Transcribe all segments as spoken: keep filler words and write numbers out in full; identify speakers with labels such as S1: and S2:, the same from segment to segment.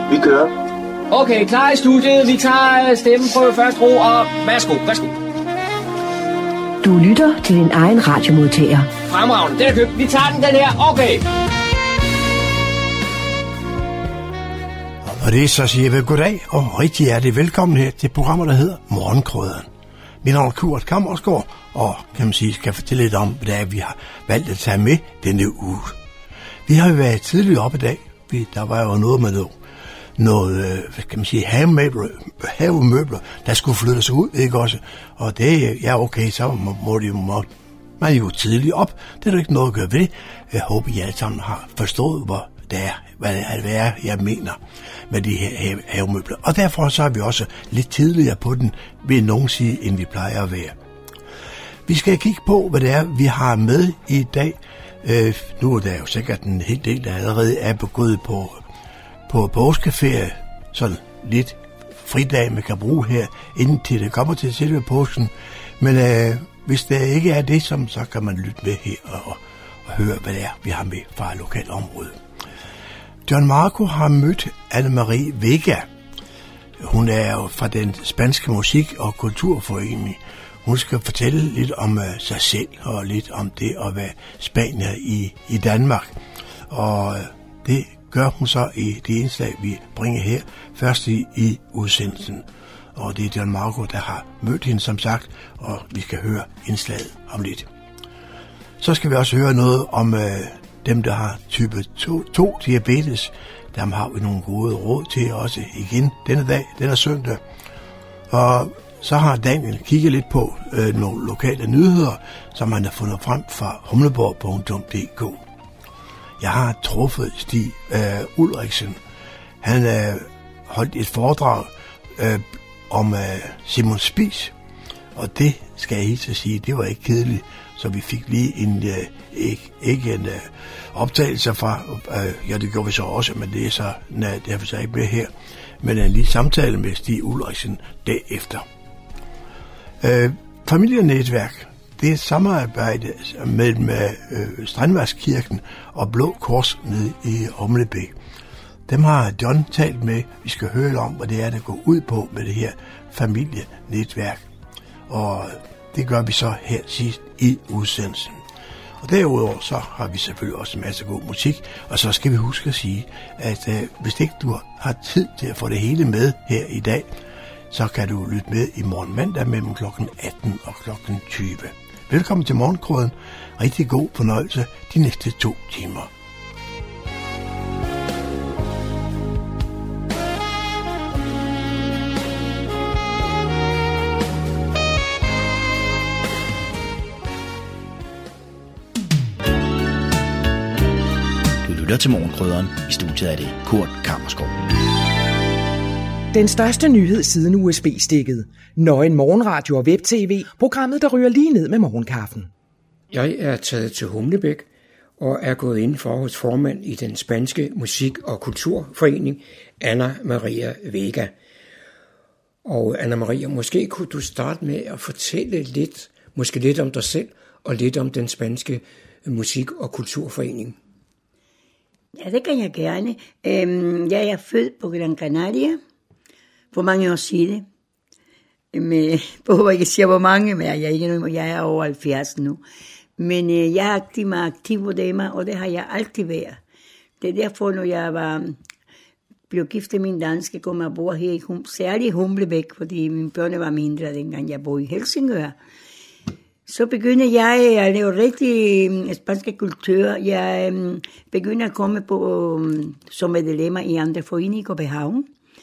S1: Vi kører.
S2: Okay, klar i studiet. Vi tager stemmeprøve først, ro, og værsgo, værsgo.
S3: Du lytter til din egen radiomodtager.
S2: Fremragende, den er købt. Vi tager den, den her. Okay.
S4: Og det så siger vi goddag og rigtig hjertelig velkommen her til programmet, der hedder Morgenkrydderen. Mit navn er Kurt Kammersgaard, og kan man sige, skal fortælle lidt om, hvad det er, vi har valgt at tage med denne uge. Vi har jo været tidligt op i dag. Vi, der var jo noget med noget, noget hvad kan man sige, havemøbler, havemøbler, der skulle flyttes ud, ikke også? Og det, ja okay, så må, må det jo, må, man er jo tidligt op. Det er jo ikke noget at gøre ved. Jeg håber, I alle sammen har forstået, hvor det er, hvad det er, jeg mener med de her havemøbler. Og derfor så er vi også lidt tidligere på den, vil nogen sige, end vi plejer at være. Vi skal kigge på, hvad det er, vi har med i dag. Øh, nu er der jo sikkert en hel del, der allerede er begået på, på påskeferie. Sådan lidt fridag, man kan bruge her, indtil det kommer til selve påsken. Men øh, hvis der ikke er det, som, så kan man lytte med her og, og, og høre, hvad det er, vi har med fra lokalområdet. John Marco har mødt Anna-Marie Vega. Hun er jo fra den spanske musik- og kulturforening. Hun skal fortælle lidt om uh, sig selv og lidt om det at være spanier i, i Danmark. Og uh, det gør hun så i det indslag, vi bringer her først i, i udsendelsen. Og det er John Marco, der har mødt hende som sagt, og vi skal høre indslaget om lidt. Så skal vi også høre noget om uh, dem, der har type to diabetes. Dem har vi nogle gode råd til også igen denne dag, denne søndag. Og så har Daniel kigget lidt på øh, nogle lokale nyheder, som han har fundet frem fra humleborg punktum d k. Jeg har truffet Stig øh, Ulriksen. Han øh, holdt et foredrag øh, om øh, Simon Spies, og det skal jeg helt til at sige, det var ikke kedeligt, så vi fik lige en, øh, ikke, ikke en øh, optagelse fra, øh, ja det gjorde vi så også, men det er så, nej, det har vi så ikke med her, men en lige samtale med Stig Ulriksen derefter. Øh, familienetværk, det er et samarbejde mellem øh, Strandværskirken og Blå Kors nede i Humlebæk. Dem har John talt med. Vi skal høre om, hvad det er, der går ud på med det her familienetværk. Og det gør vi så her sidst i udsendelsen. Og derudover så har vi selvfølgelig også en masse god musik. Og så skal vi huske at sige, at øh, hvis ikke du har tid til at få det hele med her i dag, så kan du lytte med i morgen mandag mellem klokken atten og klokken tyve. Velkommen til Morgenkrydderen. Rigtig god fornøjelse de næste to timer.
S5: Du lytter til Morgenkrydderen. I studiet er det Kurt Kammersgaard.
S6: Den største nyhed siden U S B-stikket. Nøgen morgenradio og web-tv. Programmet, der ryger lige ned med morgenkaffen.
S7: Jeg er taget til Humlebæk og er gået ind for hos formand i den spanske musik- og kulturforening, Anna-Maria Vega. Og Anna-Maria, måske kunne du starte med at fortælle lidt, måske lidt om dig selv og lidt om den spanske musik- og kulturforening.
S8: Ja, det kan jeg gerne. Jeg er født på Gran Canaria for mange år siden. Jeg behøver ikke sige, hvor mange, men jeg er, ikke, jeg er over halvfjerds nu. Men jeg er aktiv, aktiv på dem, og det har jeg altid været. Det er derfor, når jeg var blev gift med min danske, kom jeg bo her i hum, særligt Humlebæk, fordi mine børn var mindre, dengang jeg boede i Helsingør. Så begyndte jeg at lave rigtig spanske kultur. Jeg begyndte at komme på som medlemmer i andre foreninger i København.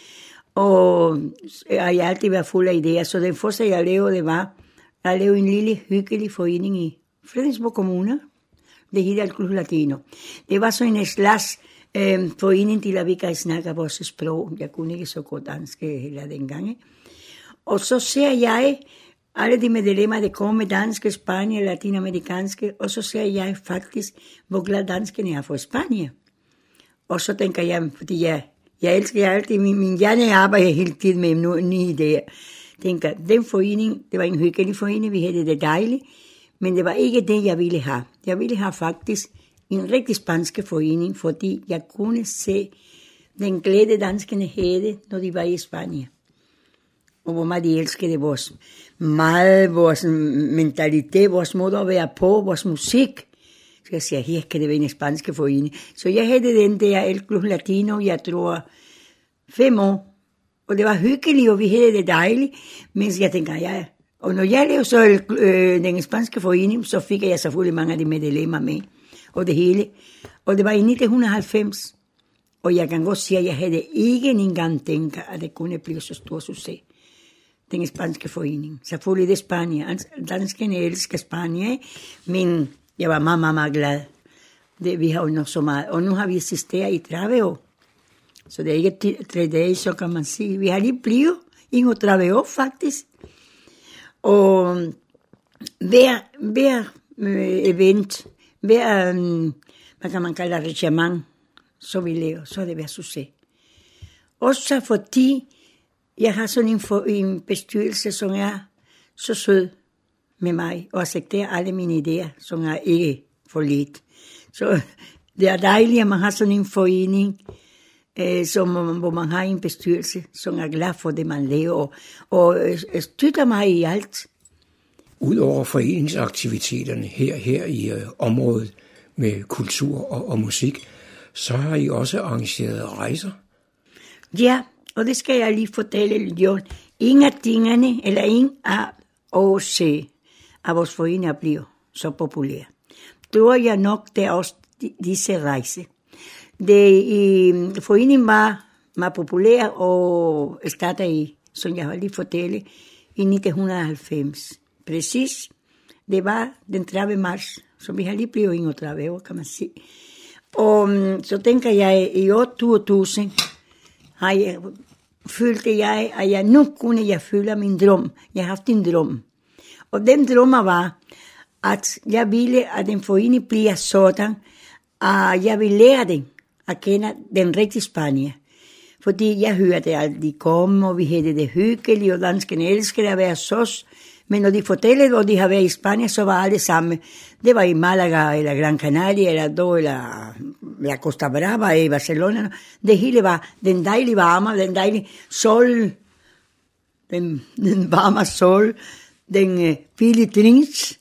S8: Og jeg har altid været fuld af idéer, så det første jeg lavede, det var at lave en lille hyggelig forening i Fredensborg Kommune. Det hedder Club Latino. Det var så en slags øh, forening til, at vi kan snakke vores sprog. Jeg kunne ikke så godt dansk heller dengang. Og så ser jeg alle de medlemmer, der kommer danske, spanske, latinamerikanske, og så ser jeg faktisk, hvor glad danskerne er for Spanien. Og så tænker jeg, fordi jeg Jeg elsker altid, min, min hjerne arbejder hele tiden med nogle nye idéer. Tænker, den forening, det var en hyggelig forening, vi havde det dejligt, men det var ikke det, jeg ville have. Jeg ville have faktisk en rigtig spansk forening, fordi jeg kunne se den glæde danskerne havde, når de var i Spanien. Og hvor meget de elskede vores meget, vores mentalitet, vores måde at være på, vores musik. Så jeg siger, her kan det være en spanske forening. Så jeg havde den der El Club Latino, jeg tror, fem år. Og det var hyggeligt, og vi havde det dejligt. Mens jeg tænker, ja. Og når jeg lavede så øh, den spanske forening, så fik jeg selvfølgelig mange af de medlemmer med. Og det hele. Og det var i nitten halvfems. Og jeg kan godt sige, at jeg havde ikke engang tænkt, at det kunne blive så stor succes. Den spanske forening. Selvfølgelig det er Spanien. Danskerne elsker Spanien, men jeg var meget, meget, meget glad. Det, vi har jo nok så meget. Og nu har vi eksisteret i tredive år. Så det er ikke tre dage, så kan man sige. Vi har lige blevet i tredive år, faktisk. Og hver, hver event, hver, hvad kan man kalde arrangement, så vi laver, så er det været succes. Også fordi jeg har sådan en, for, en bestyrelse, som er så sød med mig, og accepterer alle mine idéer, som er ikke for lidt. Så det er dejligt, at man har sådan en forening, øh, som, hvor man har en bestyrelse, som er glad for det, man laver, og, og øh, støtter mig i alt.
S7: Udover foreningsaktiviteterne her, her i øh, området med kultur og, og musik, så har I også arrangeret rejser?
S8: Ja, og det skal jeg lige fortælle, Jon. Ingen af tingene, eller ingen af årsager, at vores foreninger bliver så populære. Tror jeg nok, det er også disse rejser. Det i foreningen var meget populær og startede i, som jeg har lige fortælle, i nitten halvfems. Præcis. Det var den tredivte marts, så vi har lige blevet enogtredive år, kan man sige. Og så tænker jeg, i år to tusind har jeg, følte jeg, at jeg nu kunne jeg føle min drøm. Jeg har haft en drøm. Og den drøm var, at jeg ville, at den forening bliver sådan, at jeg ville lære den at kende den rigtige Spanien. Fordi jeg hørte altid komme, og vi havde det hyggeligt, og danskerne elskede at være sås. Men når de fortæller, hvor de har været i Spanien, så var alle sammen. Det var i Malaga, eller Gran Canaria, eller do, eller la Costa Brava, i Barcelona. Det hele var den dejlige varme, den dejlige sol, den, den varme sol, den uh, billige drinks,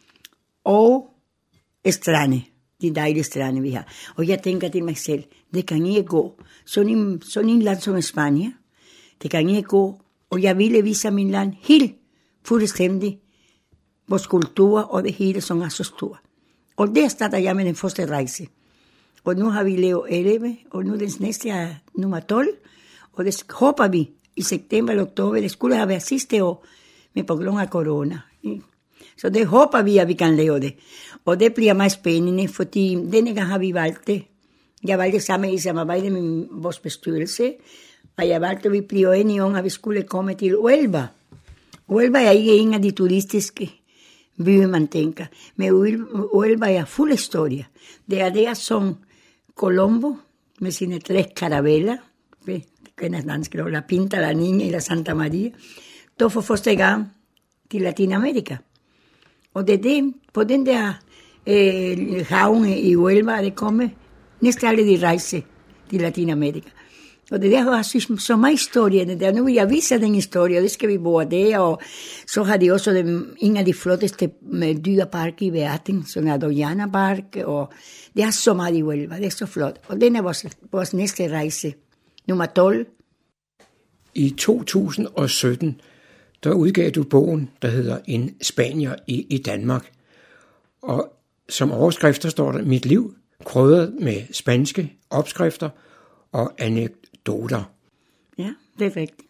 S8: og strande, de dejlige strande, vi har. Og jeg tænker til mig selv, det kan ikke gå. Sådan en, sådan en land som Spanien, det kan ikke gå. Og jeg ville vise min land helt fuldstændig vores kultur og det hele, som er så stort. Og der starter jeg med den første rejse. Og nu har vi lavet elleve, og nu den næste er nummer tolv. Og det håber vi i september eller oktober. Det skulle have været sidste år, men på grund af corona. Så det håber vi, at vi kan lave det. Og det bliver meget spændende, fordi denne gang har vi valgt det. Jeg valgte sammen i samarbejde med vores bestyrelse, og jeg valgte, at vi blev enige om, at vi skulle komme til Huelva. Huelva er ikke en af de turistiske byer, man tænker. Men Huelva er fuld historie. Det er der, som Colombo med sine tre karaveller, det kender dansk, La Pinta, La Niña eller Santa Maria, tog for første gang til Latinamerika. Og det er det, på den der øh, havne i Huelva, det kommer næsten alle de rejse til Latinamerika. Og det der har så meget historie, det der. Nu vil jeg vise den historie, og det skal vi bruge der, og så har de også den, en af de flotteste dyreparker i verden, som er Doñana Park, og det er så meget i Huelva, det er så flot. Og den er vores, vores næste rejse, nummer tolv.
S7: I to tusind og sytten, der udgav du bogen, der hedder En Spanier i, i Danmark. Og som overskrifter står der, mit liv krydret med spanske opskrifter og anekdoter.
S8: Ja, det er rigtigt.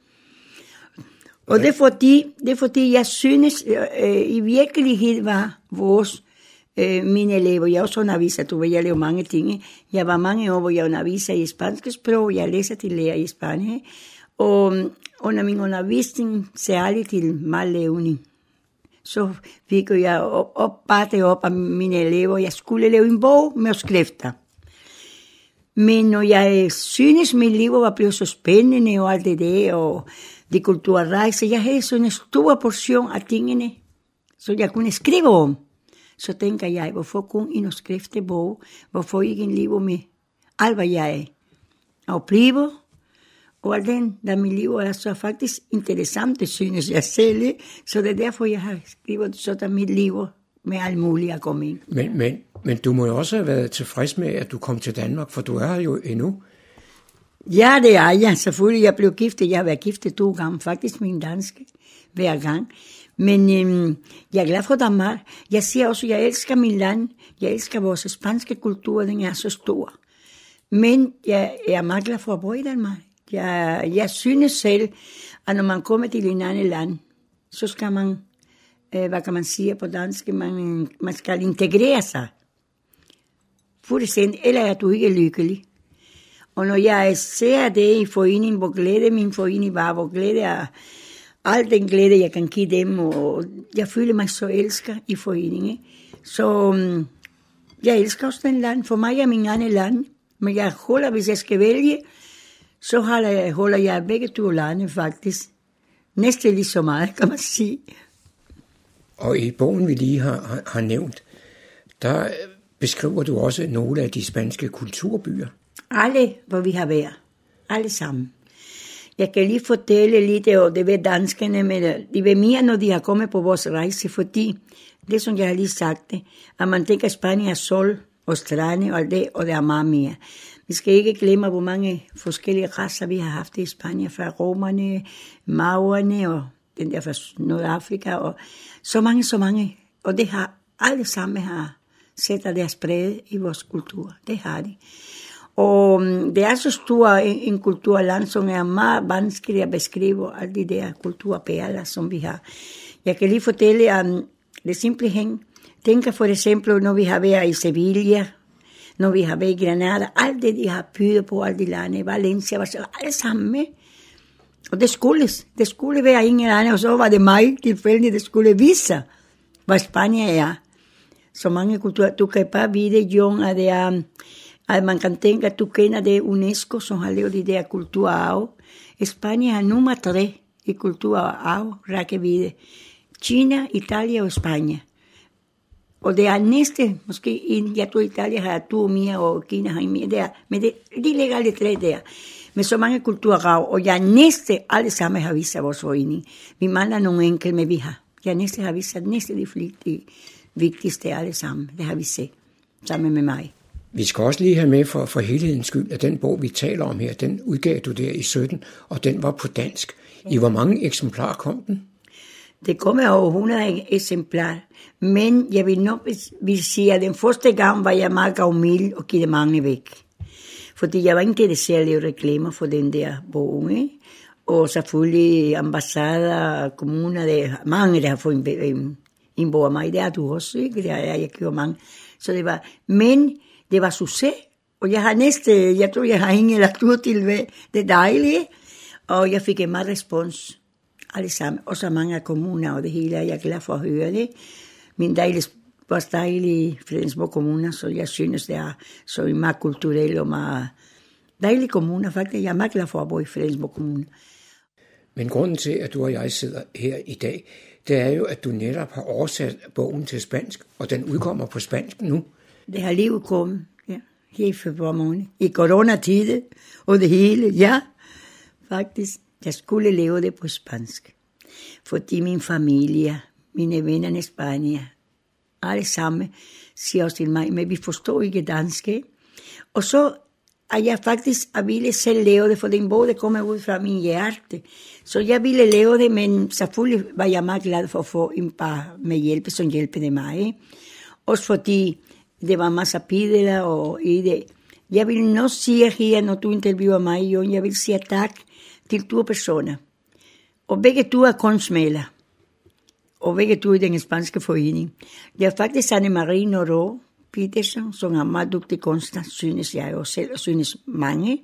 S8: Og det er fordi, det er fordi jeg synes, øh, i virkelighed var vores, øh, mine elever, jeg også underviser, du ved, jeg laver mange ting. Jeg var mange år, hvor jeg underviser i spansk sprog, jeg læser til lærer i Spanien, og under min undervisning, særligt til madlavning, så fik jeg op, op, bare det op af mine elever, jeg skulle lave en bog med skrifter. Men når jeg synes, mit liv var blevet så spændende og alt det der, og de kulturrejser, jeg havde sådan en stor portion af tingene, så jeg kunne skrive om. Så tænker jeg, hvorfor kun en skriftebog? Hvorfor ikke en liv med alt, hvad jeg og bliver. Og alt den, der mit liv er så faktisk interessant, det synes jeg selv. Så det er derfor, jeg har skrevet så der mit liv med alt muligt at komme ind.
S7: Men, men, men du må jo også have været tilfreds med, at du kom til Danmark, for du er her jo endnu.
S8: Ja, det er jeg. Selvfølgelig, jeg blev giftet. Jeg har været giftet to gange, faktisk min danske, hver gang. Men øhm, jeg er glad for Danmark. Jeg siger også, at jeg elsker min land. Jeg elsker vores spanske kultur, den er så stor. Men jeg, jeg er meget glad for at bo i Danmark. Jeg, jeg synes selv, at når man kommer til en anden land, så skal man, øh, hvad kan man sige på dansk, man, man skal integrere sig. Fuldstændig, eller er du ikke lykkelig. Og når jeg ser det i foreningen, hvor glæde min forening var, hvor glæde er, al den glæde, jeg kan give dem, og jeg føler mig så elsker i foreningen. Så um, jeg elsker også den land. For mig er min anden land. Men jeg holder, hvis jeg skal vælge, så holder jeg, holder jeg begge to lande faktisk. Næsten lige så meget, kan man sige.
S7: Og i bogen, vi lige har, har, har nævnt, der beskriver du også nogle af de spanske kulturbyer. Alle,
S8: hvor vi har været. Alle sammen. Jeg kan lige fortælle lidt, og det ved danskerne, men de ved mere, når de har kommet på vores rejse, fordi det, som jeg har lige sagt, at man tænker, at Spanien er sol og strande og det, og det er meget mere. Vi skal ikke glemme, hvor mange forskellige racer vi har haft i Spanien, fra romerne, maurerne og den der fra Nordafrika, og så mange, så mange. Og det har alle sammen har sætter deres præge i vores kultur. Det har de. Og det er så stor en, en kulturland, som er meget vanskelig at beskrive, alle de der kulturperler, som vi har. Jeg kan lige fortælle, at det simpelthen, tænker for eksempel, når vi har været i Sevilla, når vi har været i Granada, alt det, de har bydet på, alle de lande, Valencia, var så alle sammen med. Og det skulle, det skulle være ingen lande, og så var det mig tilfældigt, det skulle vise, hvad Spanien er. Så mange kulturer, du kan bare vide, Jon, at det er, at man kan tænke, at du kender det UNESCO, som har lavet de der kulturarv. Spanien er nummer tre i kulturarv, rækkevidde. Kina, Italien og Spanien. Og det er næste, måske en, jeg tror Italien har to mere, og Kina har en mere der, men det, de ligger alle tre der. Med så mange kulturarv, og jeg næste, alle sammen har vist af vores forening. Vi mangler nogle enkelte, men vi har. Jeg næste har vist, at næste de, de vigtigste alle sammen, det har vi set, sammen med mig.
S7: Vi skal også lige have med for, for helhedens skyld, at den bog, vi taler om her, den udgav du der i sytten, og den var på dansk. I hvor mange eksemplarer kom den?
S8: Det kommer over hundrede eksemplarer, men jeg vil nok vil sige, at den første gang var jeg meget gavmild og givet mange væk. Fordi jeg var ikke interesseret at lave reklamer for den der bog, ikke? Og selvfølgelig ambassader, kommuner, der, mange der har fået en, en bog af mig, det er du også, ikke? Det er jeg, jeg kører mange. Så det var, men det var succes, og jeg har næste, jeg tror, jeg har ingen lagt ud til det, det er dejligt, og jeg fik en meget respons, alle sammen, og så mange af kommuner og det hele, jeg er glad for at høre det. Min dejlige, vores dejlige Fredensborg kommuner, så jeg synes, det er så meget kulturelle og meget dejlige kommuner, faktisk. Jeg er meget glad for at bo i Fredensborg kommune.
S7: Men grunden til, at du og jeg sidder her i dag, det er jo, at du netop har oversat bogen til spansk, og den udkommer på spansk nu.
S8: Det har lige udkommet, ja, her i februar måned. I coronatiden, og det hele, ja, faktisk. Jeg skulle leve det på spansk, fordi min familie, mine venner i Spanien, alle sammen siger også til mig, men vi forstår ikke dansk. Og så er jeg faktisk, at ville selv lave det, for den bog, det kommer ud fra min hjerte. Så jeg ville lave det, men selvfølgelig var jeg meget glad for at få en par med hjælp, som hjælpede mig. Også fordi det var masser af pidler og i det. Jeg vil nok sige her, når du interviewer mig, Jon, jeg vil sige tak til to personer. Og begge to er kunstmalere. Og begge to i den spanske forening. Det er faktisk Anne-Marie Noro Petersen, som er meget dygtig kunstner, synes jeg også selv, og synes mange.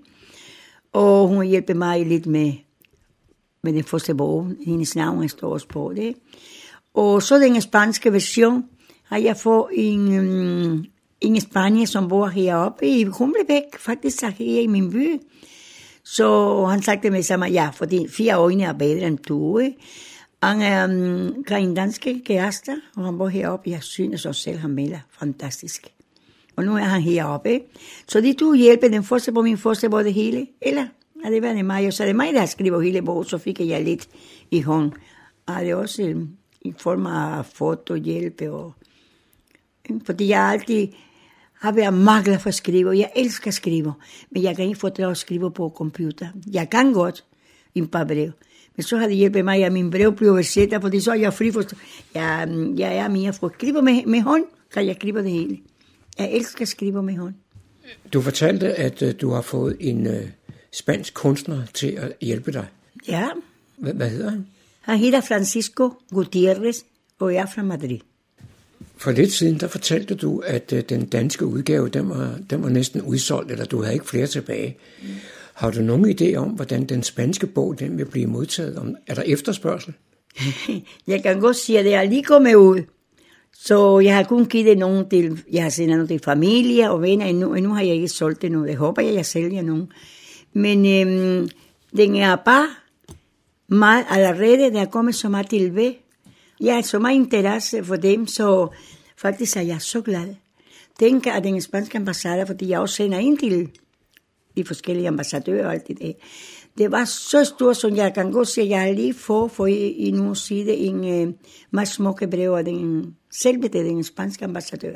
S8: Og hun hjælper mig lidt med, med den første bog. Hendes navn står også på det. Og så den spanske version har jeg fået en, um, en spanier, som bor heroppe i Humlebæk, faktisk her i min by. Så han sagde med sig, ja, fordi fire øjne er bedre end to. Han er um, en dansk kæreste, og han bor heroppe. Jeg synes også selv, han melder fantastisk. og nu er han heroppe. Så de to hjælper den første på min første bog det hele, eller er det været mig, og så er det mig, der skriver hele bogen, så fik jeg lidt i hånd. Og det er også i form af fotohjælp, og, fordi jeg altid har været magler for at skrive, og jeg elsker at skrive, men jeg kan ikke få det at skrive på computer. Jeg kan godt i et par brev, men så har det hjulpet mig, at min brev bliver oversat, fordi så er jeg fri for... Jeg, jeg er mere for at skrive med, med hånd, kan jeg skrive det hele. Jeg elsker at skrive med hånd.
S7: Du fortalte, at uh, du har fået en uh, spansk kunstner til at hjælpe dig.
S8: Ja.
S7: H- hvad hedder han?
S8: Han hedder Francisco Gutiérrez, og jeg er fra Madrid.
S7: For lidt siden, der fortalte du, at uh, den danske udgave, den var, den var næsten udsolgt, eller du havde ikke flere tilbage. Mm. Har du nogen idé om, hvordan den spanske bog, den vil blive modtaget? Om, er der efterspørgsel?
S8: Jeg kan godt sige, at det er lige kommet ud. Så jeg har kun givet nogen til, jeg har sendt nogen til familie og venner endnu, og nu har jeg ikke solgt det nu. Det håber jeg, jeg sælger nogen. Men øhm, den er bare meget allerede, der er kommet så meget til ved. Jeg har så meget interesse for dem, så faktisk er jeg så glad. Tænk at den spanske ambassade, fordi jeg også sender ind til de forskellige ambassadører og alt det der. Det var så stort, som jeg kan godt se, at jeg har lige fået for i, i nu side en uh, meget smukke brev af den selve den spanske ambassadør.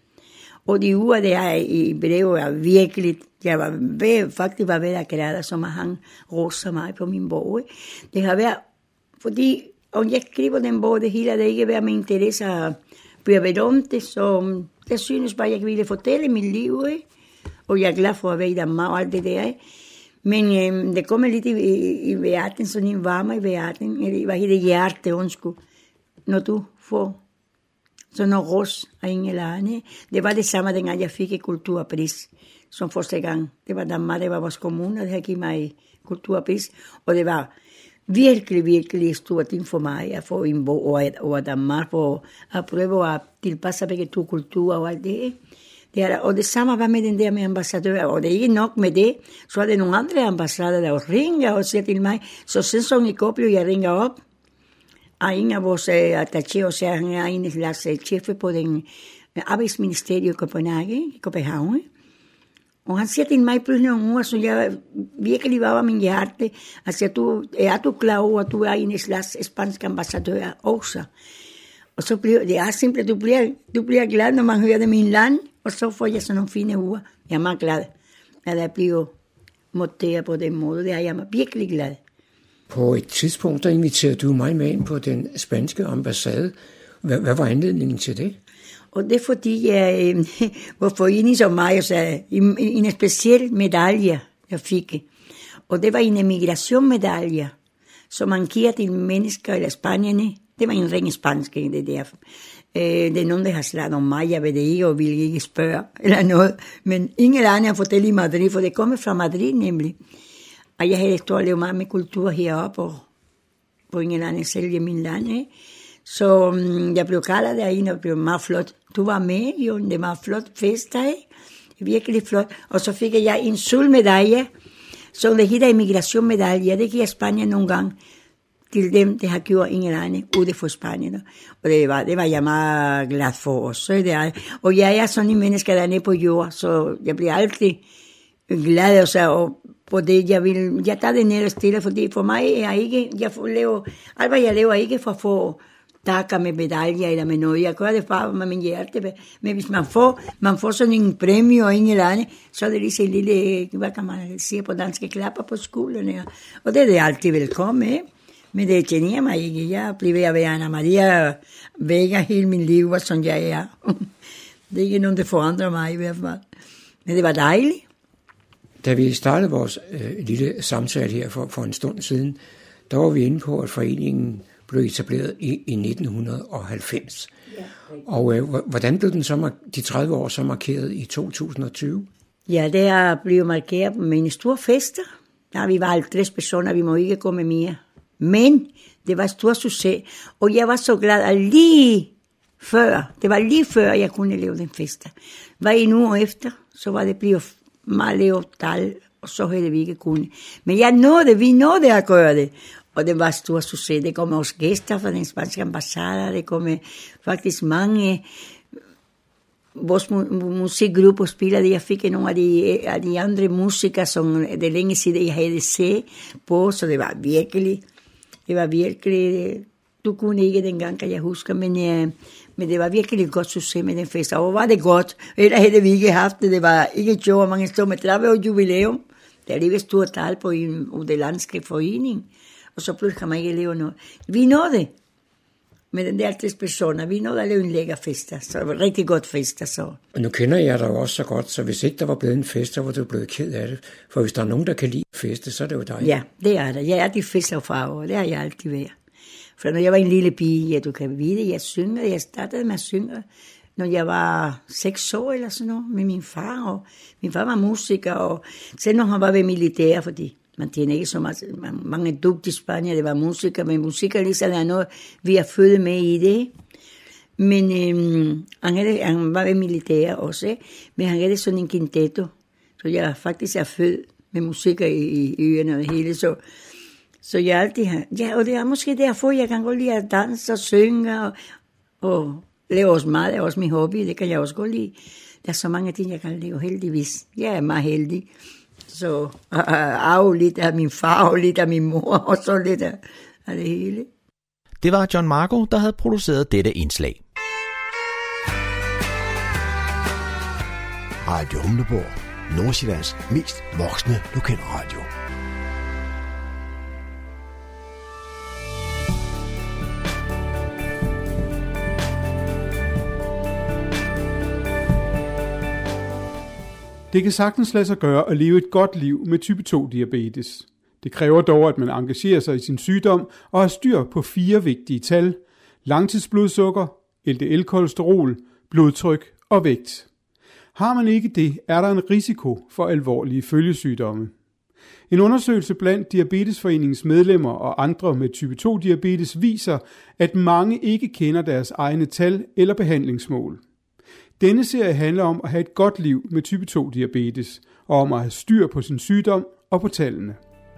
S8: Og de uger, der er i brevet, er virkelig, jeg var ved, faktisk var ved at græde, som han roser mig på min bog. Det har været, fordi om jeg skriver den bog, det hele, det ikke været med interesse at blive ved om det, så jeg synes bare, jeg ville fortælle mit liv, ikke? Og jeg er glad for at være i Danmark og alt det der, ikke? Men øhm, det kommer lidt i, i, i verden, sådan en varme i verden, eller hvad hedder hjerte, undskyld, når du får sådan noget ros af en eller anden. Det var det samme, dengang jeg fik et kulturpris, som første gang. Det var Danmark, det var vores kommune, der havde givet mig kulturpris, og det var virkelig, virkelig stort ting for mig at få en bog over, over Danmark, for at prøve at tilpasse begge to kulturer og alt det, ikke? Det er, og det samme var med den der med ambassadør, og det er ikke nok med det, så er det nogle andre ambassader, der også ringer og siger til mig, så siden som i går blev jeg ringer op, og en af vores attaché, og siger, han er en slags chef på den arbejdsministeriet i Copenhagen, i Copenhagen, og han siger til mig pludselig nogle ord, så jeg virkelig var min hjerte, altså du, er du klar over, at du er en slags spansk ambassadør også? Og så bliver det er simpelthen, du bliver, du bliver glad, når man hører det i min land, og så får jeg sådan nogle fine uger. Jeg er meget glad, at jeg bliver monteret på den måde. Det er jeg virkelig glad.
S7: På et tidspunkt, der inviterede du mig med ind på den spanske ambassade. Hvad, hvad var anledningen til det?
S8: Og det er fordi, jeg øh, var forening som mig, og så en, en speciel medalje, jeg fik. Og det var en emigrationmedalje, som man giver til mennesker eller spanierne. Det var en ring spansk, det der. Det er nogen, der har slaget om mig, jeg ved det ikke, og vil ikke spørge, eller noget. Men ingen anden har fortalt i Madrid, for det kommer fra Madrid nemlig. Og jeg havde stået og lavet meget med kultur heroppe, og på ingen anden sælge min land, ikke? Så um, jeg blev kaldet derinde, og det blev meget flot. Du var med, jo, det var flot fest, ikke? Virkelig flot. Og så fik jeg en sølvmedalje, som det hedder emigrationmedalje. Det giver Spanien nogle gange til dem, der har gjort ingen anden ude for Spanien. Og det var, det var jeg meget glad for også. Det er, og jeg er sådan en menneske, der er nede på jord, så jeg bliver altid glad også, og på det, jeg vil, jeg tager det ned og stille, fordi for mig er ikke, jeg laver, alt hvad jeg laver ikke for at få takker med medaljer eller med noget. Jeg gør det bare med min hjerte. Men hvis man får, man får sådan en præmie og en eller anden, så er det lige så lille, hvad kan man sige på danske, klapper på skuldrene. Og det er det altid velkommen, ikke? Men det generer mig ikke. Jeg bliver ved at være Anna Maria Vega hele min liv, og sådan jeg er. Det er ikke nogen, der forandrer mig i hvert fald. Men det var dejligt.
S7: Da vi startede vores øh, lille samtale her for, for en stund siden, der var vi inde på, at foreningen blev etableret i, i nitten halvfems. Ja, og øh, hvordan blev den så, de tredive år så markeret i to tusind og tyve?
S8: Ja, det er blevet markeret med en stor fester. Ja, vi var halvtreds personer, vi må ikke gå med mere. Men det var stor succes, og jeg var så glad, at lige før, det var lige før, jeg kunne lave den fest. Var en uge efter, så var det blevet meget lavt tal, og så havde vi ikke kunnet. Men jeg nåede, vi nåede at gøre det, og det var stor succes. Det kom også gæster fra den spanske ambassade, det kom faktisk mange vores mu- musikgruppe spillede. Jeg fik nogle af de, af de andre musikere, som det længe siden jeg havde set på, så det var virkelig, det var virkelig, du kunne ikke dengang, kan jeg huske, men, ja, men det var virkelig et godt succes med den fest, og var det godt, ellers havde vi ikke haft det, det var ikke sjovt, mange stod med tredive år jubilæum, det er lige et stort tal på en udenlandske forening, og så pludselig kan man ikke lave noget. Vi nåede det. Med den der halvtreds personer, vi nåede at lave en lækker fester, så det var rigtig godt fester. Så.
S7: Og nu kender jeg dig jo også så godt, så hvis ikke der var blevet en fest, så var du blevet ked af det. For hvis der er nogen, der kan lide feste, så er det jo dig.
S8: Ja, det er der. Jeg er de fester og farver, det har jeg altid været. For når jeg var en lille pige, ja, du kan vide, jeg synger, jeg startede med at synge, når jeg var seks år eller sådan noget, med min far, og min far var musiker, og selv når han var ved militær, fordi man tjener ikke så meget, mange dygtige spanier, det var musiker, men musiker ligesom er noget, vi er født med i det. Men øhm, han, havde, han var ved militær også, men han havde sådan en quintetto, så jeg faktisk er født med musiker i, i øerne og det hele, så, så jeg altid har, ja, og det er måske derfor, jeg kan godt lide at danse og synge, og, og lave også meget, det er også min hobby, det kan jeg også godt lide. Der er så mange ting, jeg kan lave, heldigvis. Jeg er meget heldig. Så arve lidt af min far, og lidt af min mor, og så lidt af, af det hele.
S1: Det var John Marco, der havde produceret dette indslag.
S4: Radio Humleborg. Nordsjællands mest voksne lokalradio.
S9: Det kan sagtens lade sig gøre at leve et godt liv med type to diabetes. Det kræver dog, at man engagerer sig i sin sygdom og har styr på fire vigtige tal: langtidsblodsukker, L D L-kolesterol, blodtryk og vægt. Har man ikke det, er der en risiko for alvorlige følgesygdomme. En undersøgelse blandt Diabetesforeningens medlemmer og andre med type to diabetes viser, at mange ikke kender deres egne tal eller behandlingsmål. Denne serie handler om at have et godt liv med type to diabetes, og om at have styr på sin sygdom og på tallene.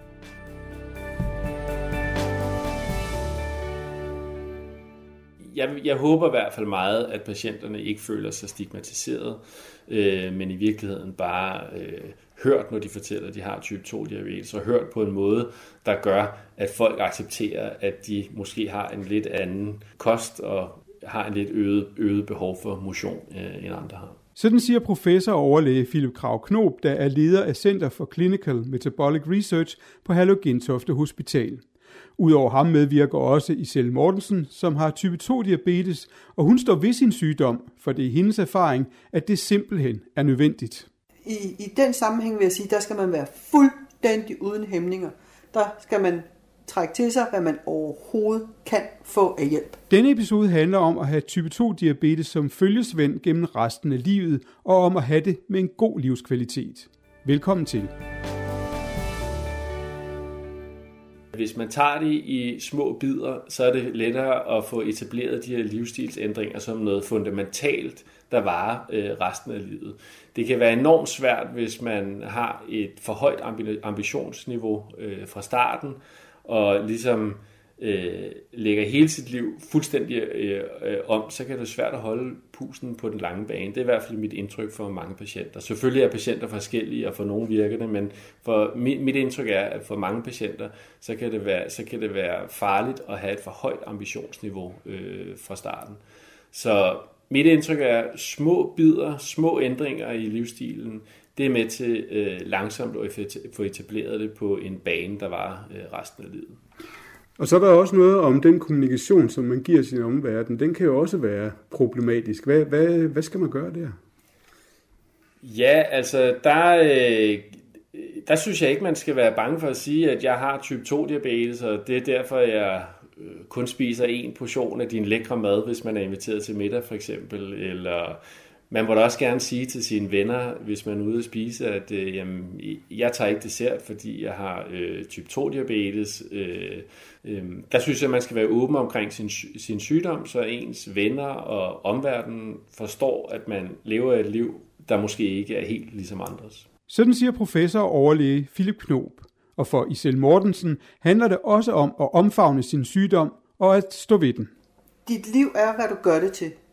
S10: Jeg, jeg håber i hvert fald meget, at patienterne ikke føler sig stigmatiseret, øh, men i virkeligheden bare øh, hørt, når de fortæller, at de har type to diabetes, og hørt på en måde, der gør, at folk accepterer, at de måske har en lidt anden kost og har en lidt øget, øget behov for motion, øh, end andre har.
S9: Sådan siger professor og overlæge Philip Krag Knob, der er leder af Center for Clinical Metabolic Research på Herlev Gentofte Hospital. Udover ham medvirker også Isel Mortensen, som har type to diabetes, og hun står ved sin sygdom, for det er hendes erfaring, at det simpelthen er nødvendigt.
S11: I, i den sammenhæng vil jeg sige, der skal man være fuldstændig uden hæmninger. Der skal man trække til sig, hvad man overhovedet kan få af hjælp.
S9: Denne episode handler om at have type to diabetes som følgesvend gennem resten af livet, og om at have det med en god livskvalitet. Velkommen til.
S10: Hvis man tager det i små bidder, så er det lettere at få etableret de her livsstilsændringer som noget fundamentalt, der varer øh, resten af livet. Det kan være enormt svært, hvis man har et for højt ambitionsniveau øh, fra starten, og ligesom øh, lægger hele sit liv fuldstændig øh, øh, om, så kan det være svært at holde pusten på den lange bane. Det er i hvert fald mit indtryk for mange patienter. Selvfølgelig er patienter forskellige, og for nogle virker det, men for mit, mit indtryk er, at for mange patienter, så kan det være, så kan det være farligt at have et for højt ambitionsniveau øh, fra starten. Så mit indtryk er små bidder, små ændringer i livsstilen. Det er med til øh, langsomt at få etableret det på en bane, der var øh, resten af livet.
S9: Og så er der også noget om den kommunikation, som man giver sin omverden. Den kan jo også være problematisk. Hvad, hvad, hvad skal man gøre der?
S10: Ja, altså der, øh, der synes jeg ikke, man skal være bange for at sige, at jeg har type to diabetes, og det er derfor, jeg kun spiser en portion af din lækre mad, hvis man er inviteret til middag for eksempel, eller man må da også gerne sige til sine venner, hvis man er ude at spise, at øh, jamen, jeg tager ikke dessert, fordi jeg har øh, type to diabetes. Øh, øh, der synes jeg, at man skal være åben omkring sin, sin sygdom, så ens venner og omverdenen forstår, at man lever et liv, der måske ikke er helt ligesom andres.
S9: Sådan siger professor og overlæge Philip Knob. Og for Isel Mortensen handler det også om at omfavne sin sygdom og at stå ved den.
S11: Dit liv er, hvad du gør det til.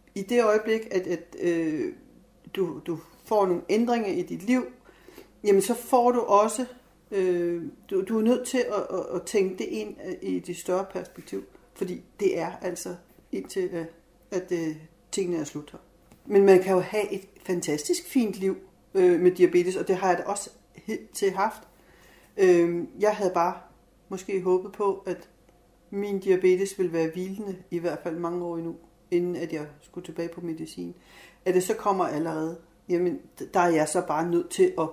S11: i det øjeblik, at, at øh, du, du får nogle ændringer i dit liv, jamen så får du også, øh, du, du er nødt til at, at, at tænke det ind i det større perspektiv, fordi det er altså indtil, at, at, at tingene er slut her. Men man kan jo have et fantastisk fint liv øh, med diabetes, og det har jeg da også hidtil haft. Øh, jeg havde bare måske håbet på, at min diabetes ville være hvilende, i hvert fald mange år endnu, inden at jeg skulle tilbage på medicin. At det så kommer allerede, jamen der er jeg så bare nødt til at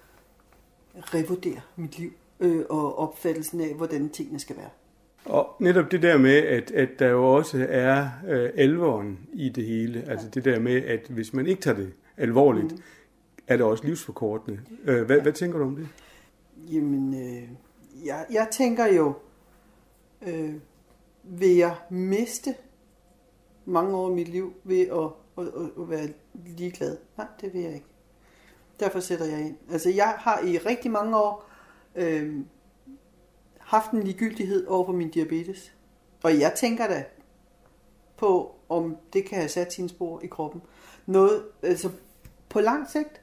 S11: revurdere mit liv øh, og opfattelsen af, hvordan tingene skal være.
S9: Og netop det der med, at, at der jo også er øh, alvoren i det hele, altså det der med, at hvis man ikke tager det alvorligt, mm. er det også livsforkortende. Øh, hvad, ja. hvad tænker du om det? Jamen,
S11: øh, jeg, jeg tænker jo, øh, vil jeg miste mange år af mit liv ved at, at, at være ligeglad? Nej, det vil jeg ikke. Derfor sætter jeg ind. Altså, jeg har i rigtig mange år øh, haft en ligegyldighed over for min diabetes. Og jeg tænker da på, om det kan have sat sine spor i kroppen. Noget, altså på lang sigt,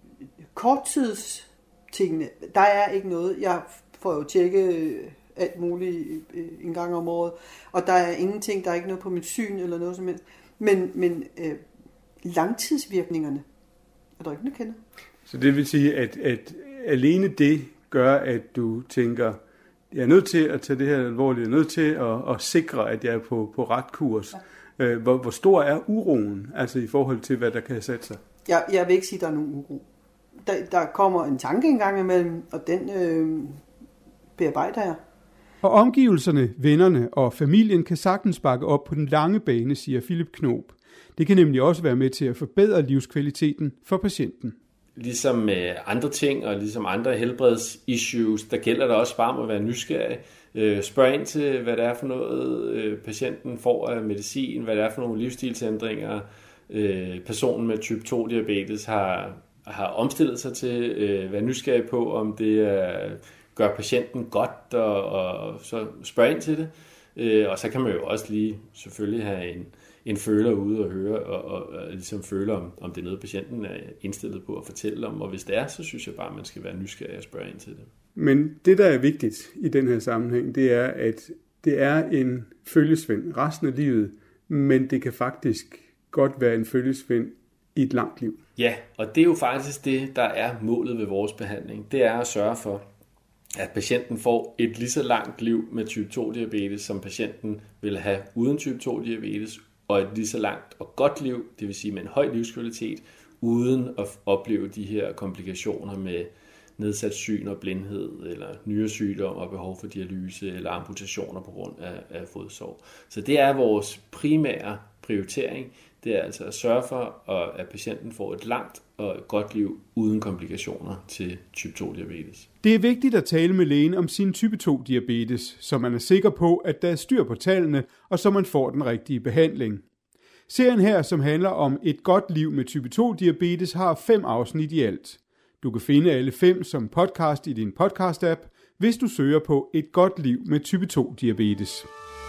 S11: korttidstingene, der er ikke noget. Jeg får jo tjekket alt muligt en gang om året, og der er ingenting, der er ikke noget på mit syn eller noget som helst. Men, men øh, langtidsvirkningerne er der ikke noget kender.
S9: Så det vil sige, at, at alene det gør, at du tænker, jeg er nødt til at tage det her alvorligt, jeg er nødt til at, at sikre, at jeg er på, på ret kurs. Ja. Hvor, hvor stor er uroen, altså i forhold til, hvad der kan have sat sig?
S11: Jeg, jeg vil ikke sige, at der er nogen uro. Der, der kommer en tanke engang imellem, og den øh, bearbejder jeg.
S9: Og omgivelserne, vennerne og familien kan sagtens bakke op på den lange bane, siger Philip Knob. Det kan nemlig også være med til at forbedre livskvaliteten for patienten.
S10: Ligesom med andre ting og ligesom andre helbredsissues, der gælder det også bare om at være nysgerrig. Øh, spørg ind til, hvad det er for noget, øh, patienten får af medicin, hvad det er for nogle livsstilsændringer, øh, personen med type to diabetes har, har omstillet sig til, øh, være nysgerrig på, om det er, gør patienten godt, og, og så spørg ind til det. Øh, og så kan man jo også lige selvfølgelig have en en føler ude og høre, og, og, og ligesom føler, om, om det er noget, patienten er indstillet på at fortælle om. Og hvis det er, så synes jeg bare, at man skal være nysgerrig og spørge ind til det.
S9: Men det, der er vigtigt i den her sammenhæng, det er, at det er en følgesvend resten af livet, men det kan faktisk godt være en følgesvend i et langt liv.
S10: Ja, og det er jo faktisk det, der er målet ved vores behandling. Det er at sørge for, at patienten får et lige så langt liv med type to diabetes, som patienten vil have uden type to diabetes, og et lige så langt og godt liv, det vil sige med en høj livskvalitet, uden at opleve de her komplikationer med nedsat syn og blindhed, eller nyresygdom og behov for dialyse, eller amputationer på grund af, af fodsår. Så det er vores primære prioritering, det er altså at sørge for, at patienten får et langt og et godt liv uden komplikationer til type to diabetes.
S9: Det er vigtigt at tale med lægen om sin type to diabetes, så man er sikker på, at der er styr på tallene, og så man får den rigtige behandling. Serien her, som handler om et godt liv med type to diabetes, har fem afsnit i alt. Du kan finde alle fem som podcast i din podcast-app, hvis du søger på et godt liv med type to diabetes.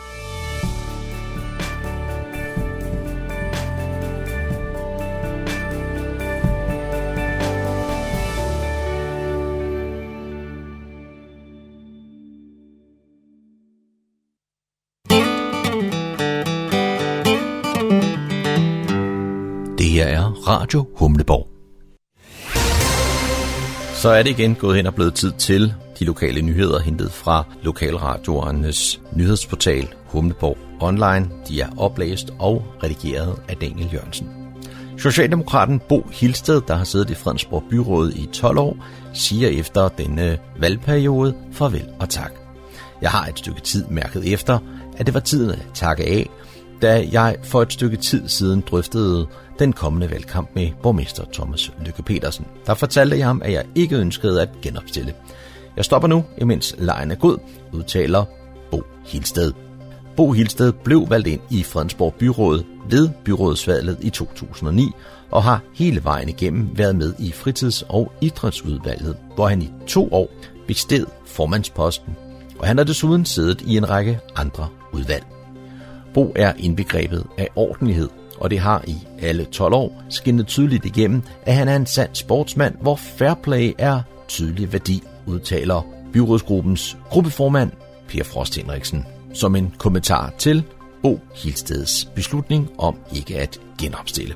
S1: Det her er Radio Humleborg. Så er det igen gået hen og blevet tid til de lokale nyheder hentet fra lokalradioernes nyhedsportal Humleborg Online. De er oplæst og redigeret af Daniel Jørgensen. Socialdemokraten Bo Hilsted, der har siddet i Fredensborg Byråd i tolv år, siger efter denne valgperiode farvel og tak. Jeg har et stykke tid mærket efter, at det var tiden at takke af, da jeg for et stykke tid siden drøftede den kommende valgkamp med borgmester Thomas Lykke Petersen. Der fortalte jeg ham, at jeg ikke ønskede at genopstille. Jeg stopper nu, imens lejen er god, udtaler Bo Hilsted. Bo Hilsted blev valgt ind i Fredensborg Byråd ved byrådsvalget i to tusind og ni og har hele vejen igennem været med i fritids- og idrætsudvalget, hvor han i to år bested formandsposten, og han har desuden siddet i en række andre udvalg. Bo er indbegrebet af ordentlighed og det har i alle tolv år skinnet tydeligt igennem, at han er en sand sportsmand, hvor fair play er tydelig værdi, udtaler byrådsgruppens gruppeformand Per Frost Henriksen, som en kommentar til Bo Hilsteds beslutning om ikke at genopstille.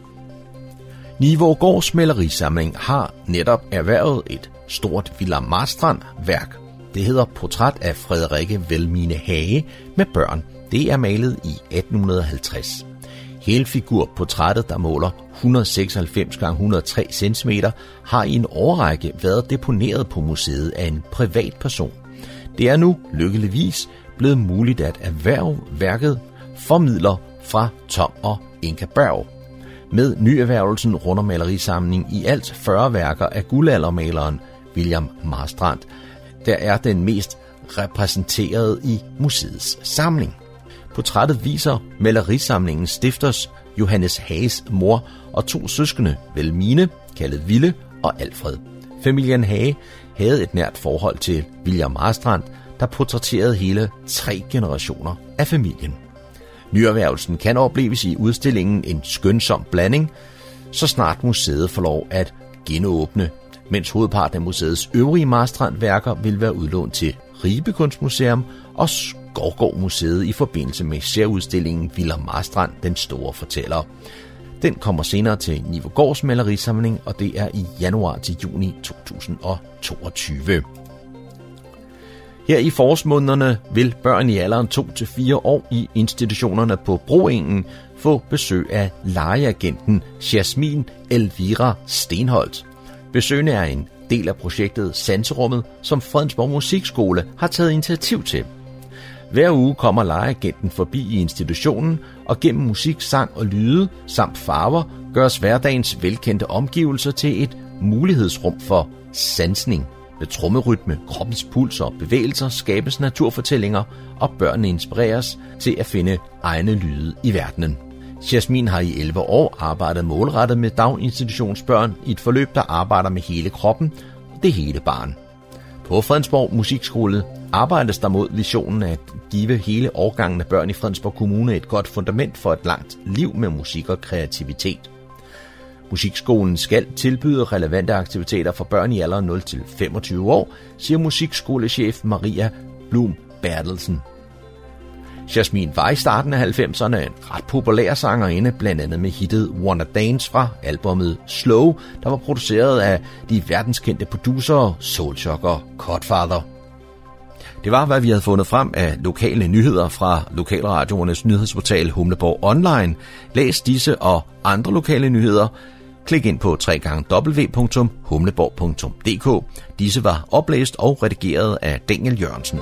S1: Nivågårds malerisamling har netop erhvervet et stort Villa Marstrand-værk. Det hedder Portræt af Frederikke Velmine Hage med børn. Det er malet i atten halvtreds. Helfigurportrættet, der måler et hundrede seksoghalvfems gange et hundrede og tre centimeter, har i en årrække været deponeret på museet af en privat person. Det er nu lykkeligvis blevet muligt at erhverve værket for midler fra Tom og Inga Berg. Med nyerhvervelsen runder malerisamling i alt fyrre værker af guldaldermaleren William Marstrand, der er den mest repræsenterede i museets samling. Portrættet viser malerisamlingens stifters Johannes Hages mor og to søskende, Velmine, kaldet Ville, og Alfred. Familien Hage havde et nært forhold til William Marstrand, der portrætterede hele tre generationer af familien. Nyerhvervelsen kan opleves i udstillingen En skønsom blanding, så snart museet får lov at genåbne, mens hovedparten af museets øvrige Marstrand-værker vil være udlånt til Ribe Kunstmuseum og Skovgård Museet i forbindelse med særudstillingen Villa Marstrand, den store fortæller. Den kommer senere til Nivågårds malerisamling, og det er i januar til juni to tusind og toogtyve. Her i forårsmånederne vil børn i alderen to til fire år i institutionerne på Broengen få besøg af legeagenten Jasmin Elvira Stenholt. Besøgene er en del af projektet Sanserummet, som Fredensborg Musikskole har taget initiativ til. Hver uge kommer legeagenten forbi i institutionen, og gennem musik, sang og lyde samt farver gøres hverdagens velkendte omgivelser til et mulighedsrum for sansning. Med trommerytme, kroppens puls og bevægelser skabes naturfortællinger, og børnene inspireres til at finde egne lyde i verdenen. Jasmin har i elleve år arbejdet målrettet med daginstitutionsbørn i et forløb, der arbejder med hele kroppen, det hele barn. På Fredensborg Musikskole arbejdes der mod visionen at give hele årgangen af børn i Fredensborg Kommune et godt fundament for et langt liv med musik og kreativitet. Musikskolen skal tilbyde relevante aktiviteter for børn i alderen nul til femogtyve år, siger musikskolechef Maria Blum Bertelsen. Jasmin var i starten af halvfemserne en ret populær sangerinde, blandt andet med hittet Wanna Dance fra albummet Slow, der var produceret af de verdenskendte producerer Soulshock og Cutfather. Det var, hvad vi havde fundet frem af lokale nyheder fra lokalradioernes nyhedsportal Humleborg Online. Læs disse og andre lokale nyheder. Klik ind på w w w punktum humleborg punktum d k. Disse var oplæst og redigeret af Daniel Jørgensen.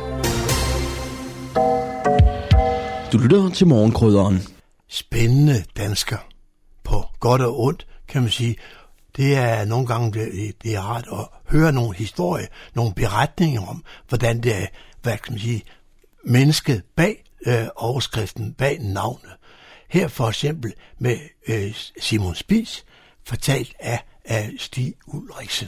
S5: Du lytter til Morgenkrydderen.
S4: Spændende dansker. På godt og ondt, kan man sige. Det er nogle gange det, det er rart at høre nogle historier, nogle beretninger om, hvordan det er, hvad kan man sige, mennesket bag øh, overskriften, bag navnet. Her for eksempel med øh, Simon Spies, fortalt af, af Stig Ulriksen.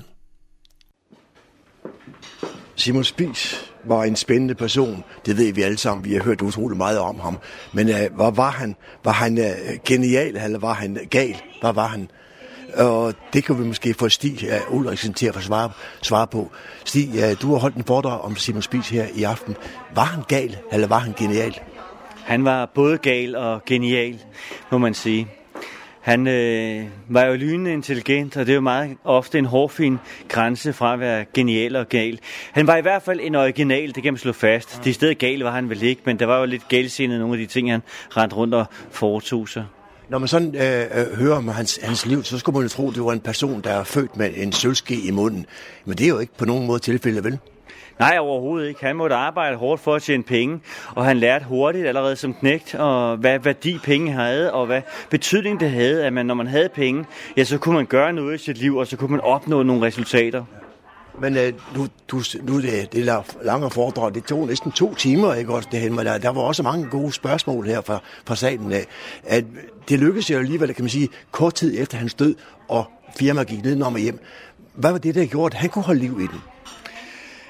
S12: Simon Spies var en spændende person, det ved vi alle sammen, vi har hørt utroligt meget om ham. Men øh, hvad var han? Var han øh, genial, eller var han gal? Hvad var han? Og det kan vi måske få Stig uh, Ulriksen til at få svare, svare på. Stig, uh, du har holdt en foredrag om Simon Spies her i aften. Var han gal, eller var han genial?
S13: Han var både gal og genial, må man sige. Han øh, var jo lynende intelligent, og det er jo meget ofte en hårfin grænse fra at være genial og gal. Han var i hvert fald en original, det kan man slå fast. Det sted gal var han vel ikke, men der var jo lidt galsindet nogle af de ting, han rendte rundt og foretog sig.
S12: Når man sådan øh, hører om hans, hans liv, så skulle man jo tro, at det var en person, der er født med en sølvske i munden. Men det er jo ikke på nogen måde tilfældet, vel?
S13: Nej, overhovedet ikke. Han måtte arbejde hårdt for at tjene penge, og han lærte hurtigt allerede som knægt, og hvad værdi penge havde, og hvad betydning det havde, at man, når man havde penge, ja, så kunne man gøre noget i sit liv, og så kunne man opnå nogle resultater.
S12: Men øh, nu, du, nu det, det lange foredrag, det tog næsten to timer, ikke også, det hen, der, der var også mange gode spørgsmål her fra, fra salen af. At det lykkedes jo alligevel, kan man sige, kort tid efter hans død, og firmaet gik nedenom og hjem. Hvad var det, der gjorde, at han kunne holde liv i den?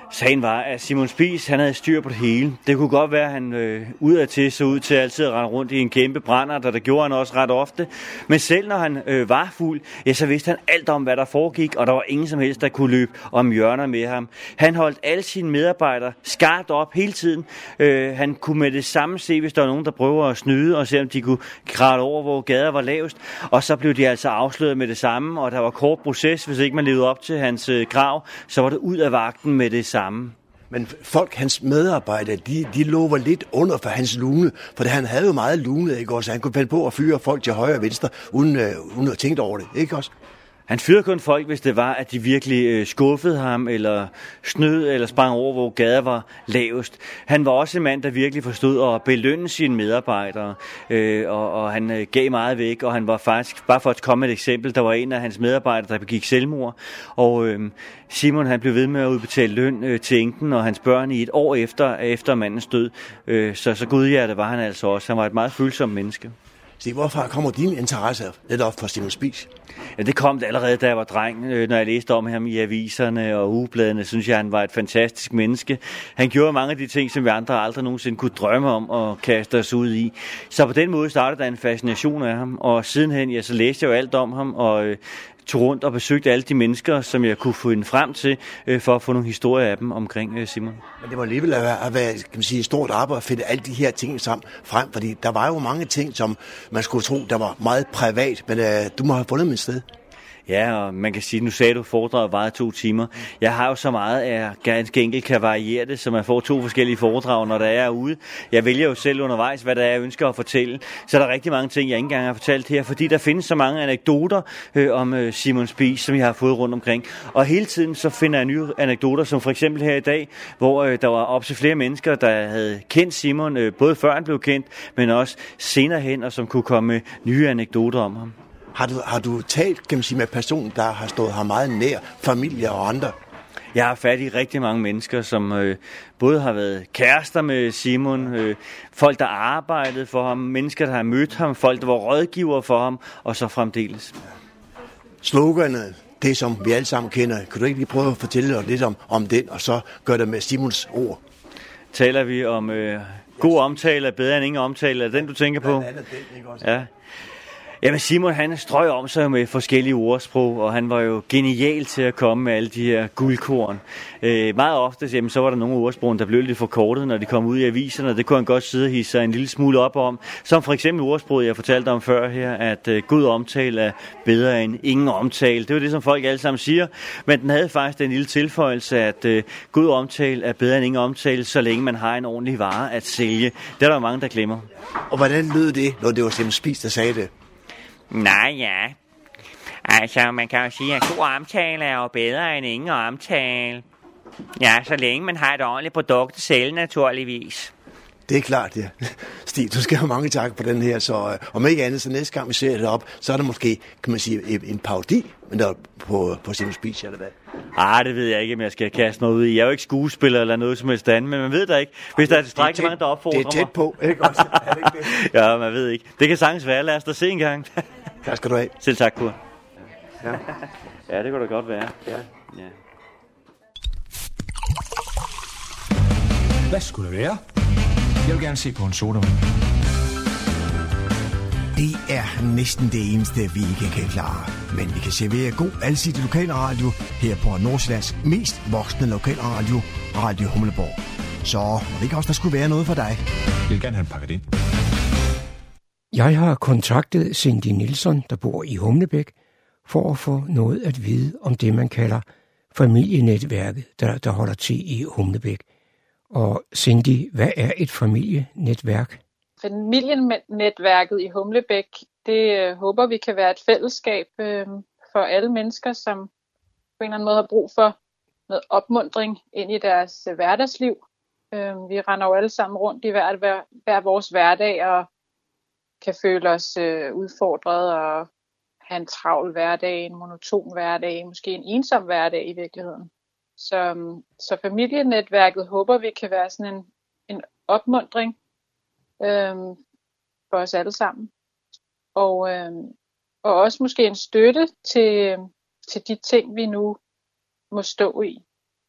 S13: Sagen var, at Simon Spies, han havde styr på det hele. Det kunne godt være, at han øh, udadtil så ud til altid at rende rundt i en kæmpe brænder, der det gjorde han også ret ofte. Men selv når han øh, var fuld, ja, så vidste han alt om, hvad der foregik, og der var ingen som helst, der kunne løbe om hjørner med ham. Han holdt alle sine medarbejdere skarpt op hele tiden. Øh, han kunne med det samme se, hvis der var nogen, der prøver at snyde, og se om de kunne kravle over, hvor gader var lavest. Og så blev de altså afsløret med det samme, og der var kort proces, hvis ikke man levede op til hans øh, krav, så var det ud af vagten med det samme.
S12: Men folk, hans medarbejdere, de, de lover lidt under for hans lune, for han havde jo meget lune, ikke også? Han kunne finde på at fyre folk til højre og venstre, uden, øh, uden at tænke over det, ikke også?
S13: Han fyrede kun folk, hvis det var, at de virkelig øh, skuffede ham, eller snød, eller sprang over, hvor gader var lavest. Han var også en mand, der virkelig forstod at belønne sine medarbejdere, øh, og, og han øh, gav meget væk, og han var faktisk, bare for at komme med et eksempel, der var en af hans medarbejdere, der begik selvmord, og øh, Simon, han blev ved med at udbetale løn øh, til enken og hans børn i et år efter, efter mandens død, øh, så, så godhjertet var han altså også. Han var et meget følsomt menneske.
S12: Se, hvorfor kommer din interesse lidt op for Simon Spies?
S13: Ja, det kom allerede, da jeg var dreng. Når jeg læste om ham i aviserne og ugebladene, synes jeg, han var et fantastisk menneske. Han gjorde mange af de ting, som vi andre aldrig nogensinde kunne drømme om at kaste os ud i. Så på den måde startede der en fascination af ham, og sidenhen, ja, så læste jeg jo alt om ham, og øh, tog rundt og besøgte alle de mennesker, som jeg kunne finde frem til, øh, for at få nogle historier af dem omkring øh, Simon. Men
S12: det var alligevel at være, at være kan man sige, et stort arbejde at finde alle de her ting sammen frem, fordi der var jo mange ting, som man skulle tro, der var meget privat, men øh, du må have fundet mit sted.
S13: Ja, og man kan sige, nu sagde du, foredraget varede to timer. Jeg har jo så meget, at jeg ganske enkelt kan variere det, så man får to forskellige foredrag, når der er ude. Jeg vælger jo selv undervejs, hvad der er, jeg ønsker at fortælle. Så der er rigtig mange ting, jeg ikke engang har fortalt her, fordi der findes så mange anekdoter øh, om øh, Simon Spies, som jeg har fået rundt omkring. Og hele tiden så finder jeg nye anekdoter, som for eksempel her i dag, hvor øh, der var op til flere mennesker, der havde kendt Simon, øh, både før han blev kendt, men også senere hen, og som kunne komme med nye anekdoter om ham.
S12: Har du, har du talt, kan man sige, med personer, der har stået her meget nær, familie og andre?
S13: Jeg har fat i rigtig mange mennesker, som øh, både har været kærester med Simon, øh, folk, der arbejdede for ham, mennesker, der har mødt ham, folk, der var rådgiver for ham, og så fremdeles.
S12: Sloganet, det som vi alle sammen kender, kan du ikke lige prøve at fortælle lidt om, om den, og så gør det med Simons ord?
S13: Taler vi om øh, god omtale er bedre end ingen omtale, er det den, du tænker på?
S12: Ja, det er den, ikke også?
S13: Ja. Jamen Simon, han strøg om sig med forskellige ordsprog, og han var jo genial til at komme med alle de her guldkorn. Øh, meget ofte, jamen, så var der nogle ordsprog, der blev lidt forkortet, når de kom ud i aviserne, og det kunne han godt sidde og hisse sig en lille smule op om. Som for eksempel ordsproget, jeg fortalte om før her, at øh, god omtale er bedre end ingen omtale. Det var det, som folk alle sammen siger, men den havde faktisk den lille tilføjelse, at øh, god omtale er bedre end ingen omtale, så længe man har en ordentlig vare at sælge. Det er der mange, der glemmer.
S12: Og hvordan lød det, når det var Simon Spies, der sagde det?
S14: Nej, ja. Altså, man kan jo sige, at god omtale er jo bedre end ingen omtale. Ja, så længe man har et ordentligt produkt selv, naturligvis.
S12: Det er klart, ja. Stig, du skal have mange tak på den her, så øh, om ikke andet, så næste gang vi ser det op, så er der måske, kan man sige, en parodi, men der på, på Simon Spies, eller hvad?
S13: Ah, det ved jeg ikke, om jeg skal kaste noget ud i. Jeg er jo ikke skuespiller eller noget som helst andet, men man ved da ikke, hvis der er tilstrækkeligt mange, der opfordrer mig.
S12: Det er tæt på, ikke også? Er det ikke det?
S13: Ja, man ved ikke. Det kan sagtens være. Lad os da se en gang.
S12: Tak skal du have.
S13: Selv tak, Kurt.
S12: Ja.
S13: Ja, det kunne da godt være. Ja. Ja.
S15: Hvad skulle det være? Jeg vil gerne se på en sodavand.
S4: Det er næsten det eneste, vi ikke kan klare. Men vi kan servere god alsidig lokalradio her på Nordsjællands mest voksne lokalradio, Radio Humleborg. Så må det ikke også, der skulle være noget for dig.
S15: Jeg vil gerne have en pakket ind.
S7: Jeg har kontaktet Cindy Nielsen, der bor i Humlebæk, for at få noget at vide om det, man kalder familienetværket, der, der holder til i Humlebæk. Og Cindy, hvad er et familienetværk?
S16: Familienetværket i Humlebæk, det øh, håber vi kan være et fællesskab øh, for alle mennesker, som på en eller anden måde har brug for noget opmuntring ind i deres øh, hverdagsliv. Øh, vi render jo alle sammen rundt i hver, hver, hver vores hverdag og kan føle os øh, udfordret og have en travl hverdag, en monoton hverdag, måske en ensom hverdag i virkeligheden. Så, så familienetværket håber vi kan være sådan en, en opmuntring øhm, for os alle sammen. Og, øhm, og også måske en støtte til, til de ting, vi nu må stå i.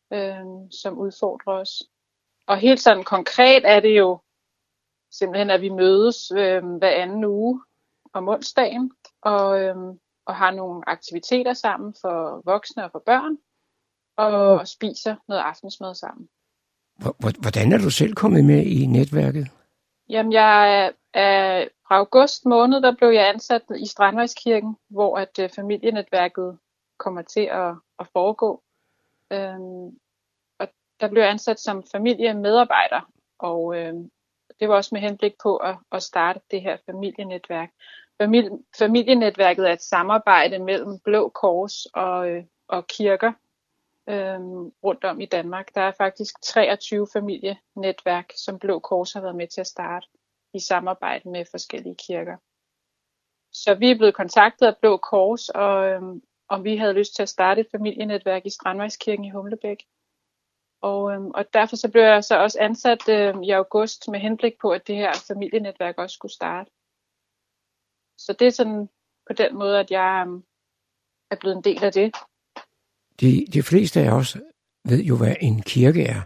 S16: øh, som udfordrer os. Og helt sådan konkret er det jo simpelthen, at vi mødes øh, hver anden uge om onsdagen, og, øh, og har nogle aktiviteter sammen for voksne og for børn, og spiser noget aftensmad sammen.
S7: Hvordan er du selv kommet med i netværket?
S16: Jamen, jeg er, er fra august måned, der blev jeg ansat i Strandvejskirken, hvor at uh, familienetværket kommer til at, at foregå. Øhm, og der blev jeg ansat som familiemedarbejder, og øhm, det var også med henblik på at, at starte det her familienetværk. Familie, familienetværket er et samarbejde mellem Blå Kors og, øh, og kirker øhm, rundt om i Danmark. Der er faktisk treogtyve familienetværk, som Blå Kors har været med til at starte i samarbejde med forskellige kirker. Så vi er blevet kontaktet af Blå Kors, og øhm, om vi havde lyst til at starte et familienetværk i Strandvejskirken i Humlebæk. Og, øhm, og derfor så blev jeg så også ansat øhm, i august med henblik på, at det her familienetværk også skulle starte. Så det er sådan på den måde, at jeg øhm, er blevet en del af det.
S7: De, de fleste af os ved jo, hvad en kirke er.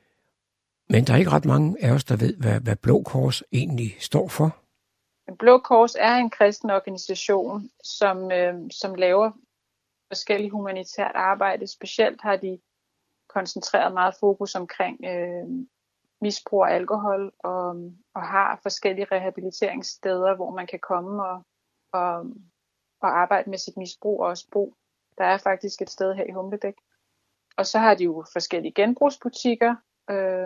S7: Men der er ikke ret mange af os, der ved, hvad, hvad Blå Kors egentlig står for.
S16: Blå Kors er en kristen organisation, som, øh, som laver forskellige humanitært arbejde. Specielt har de koncentreret meget fokus omkring øh, misbrug af alkohol og, og har forskellige rehabiliteringssteder, hvor man kan komme og, og, og arbejde med sit misbrug og også bo. Der er faktisk et sted her i Humlebæk. Og så har de jo forskellige genbrugsbutikker øh,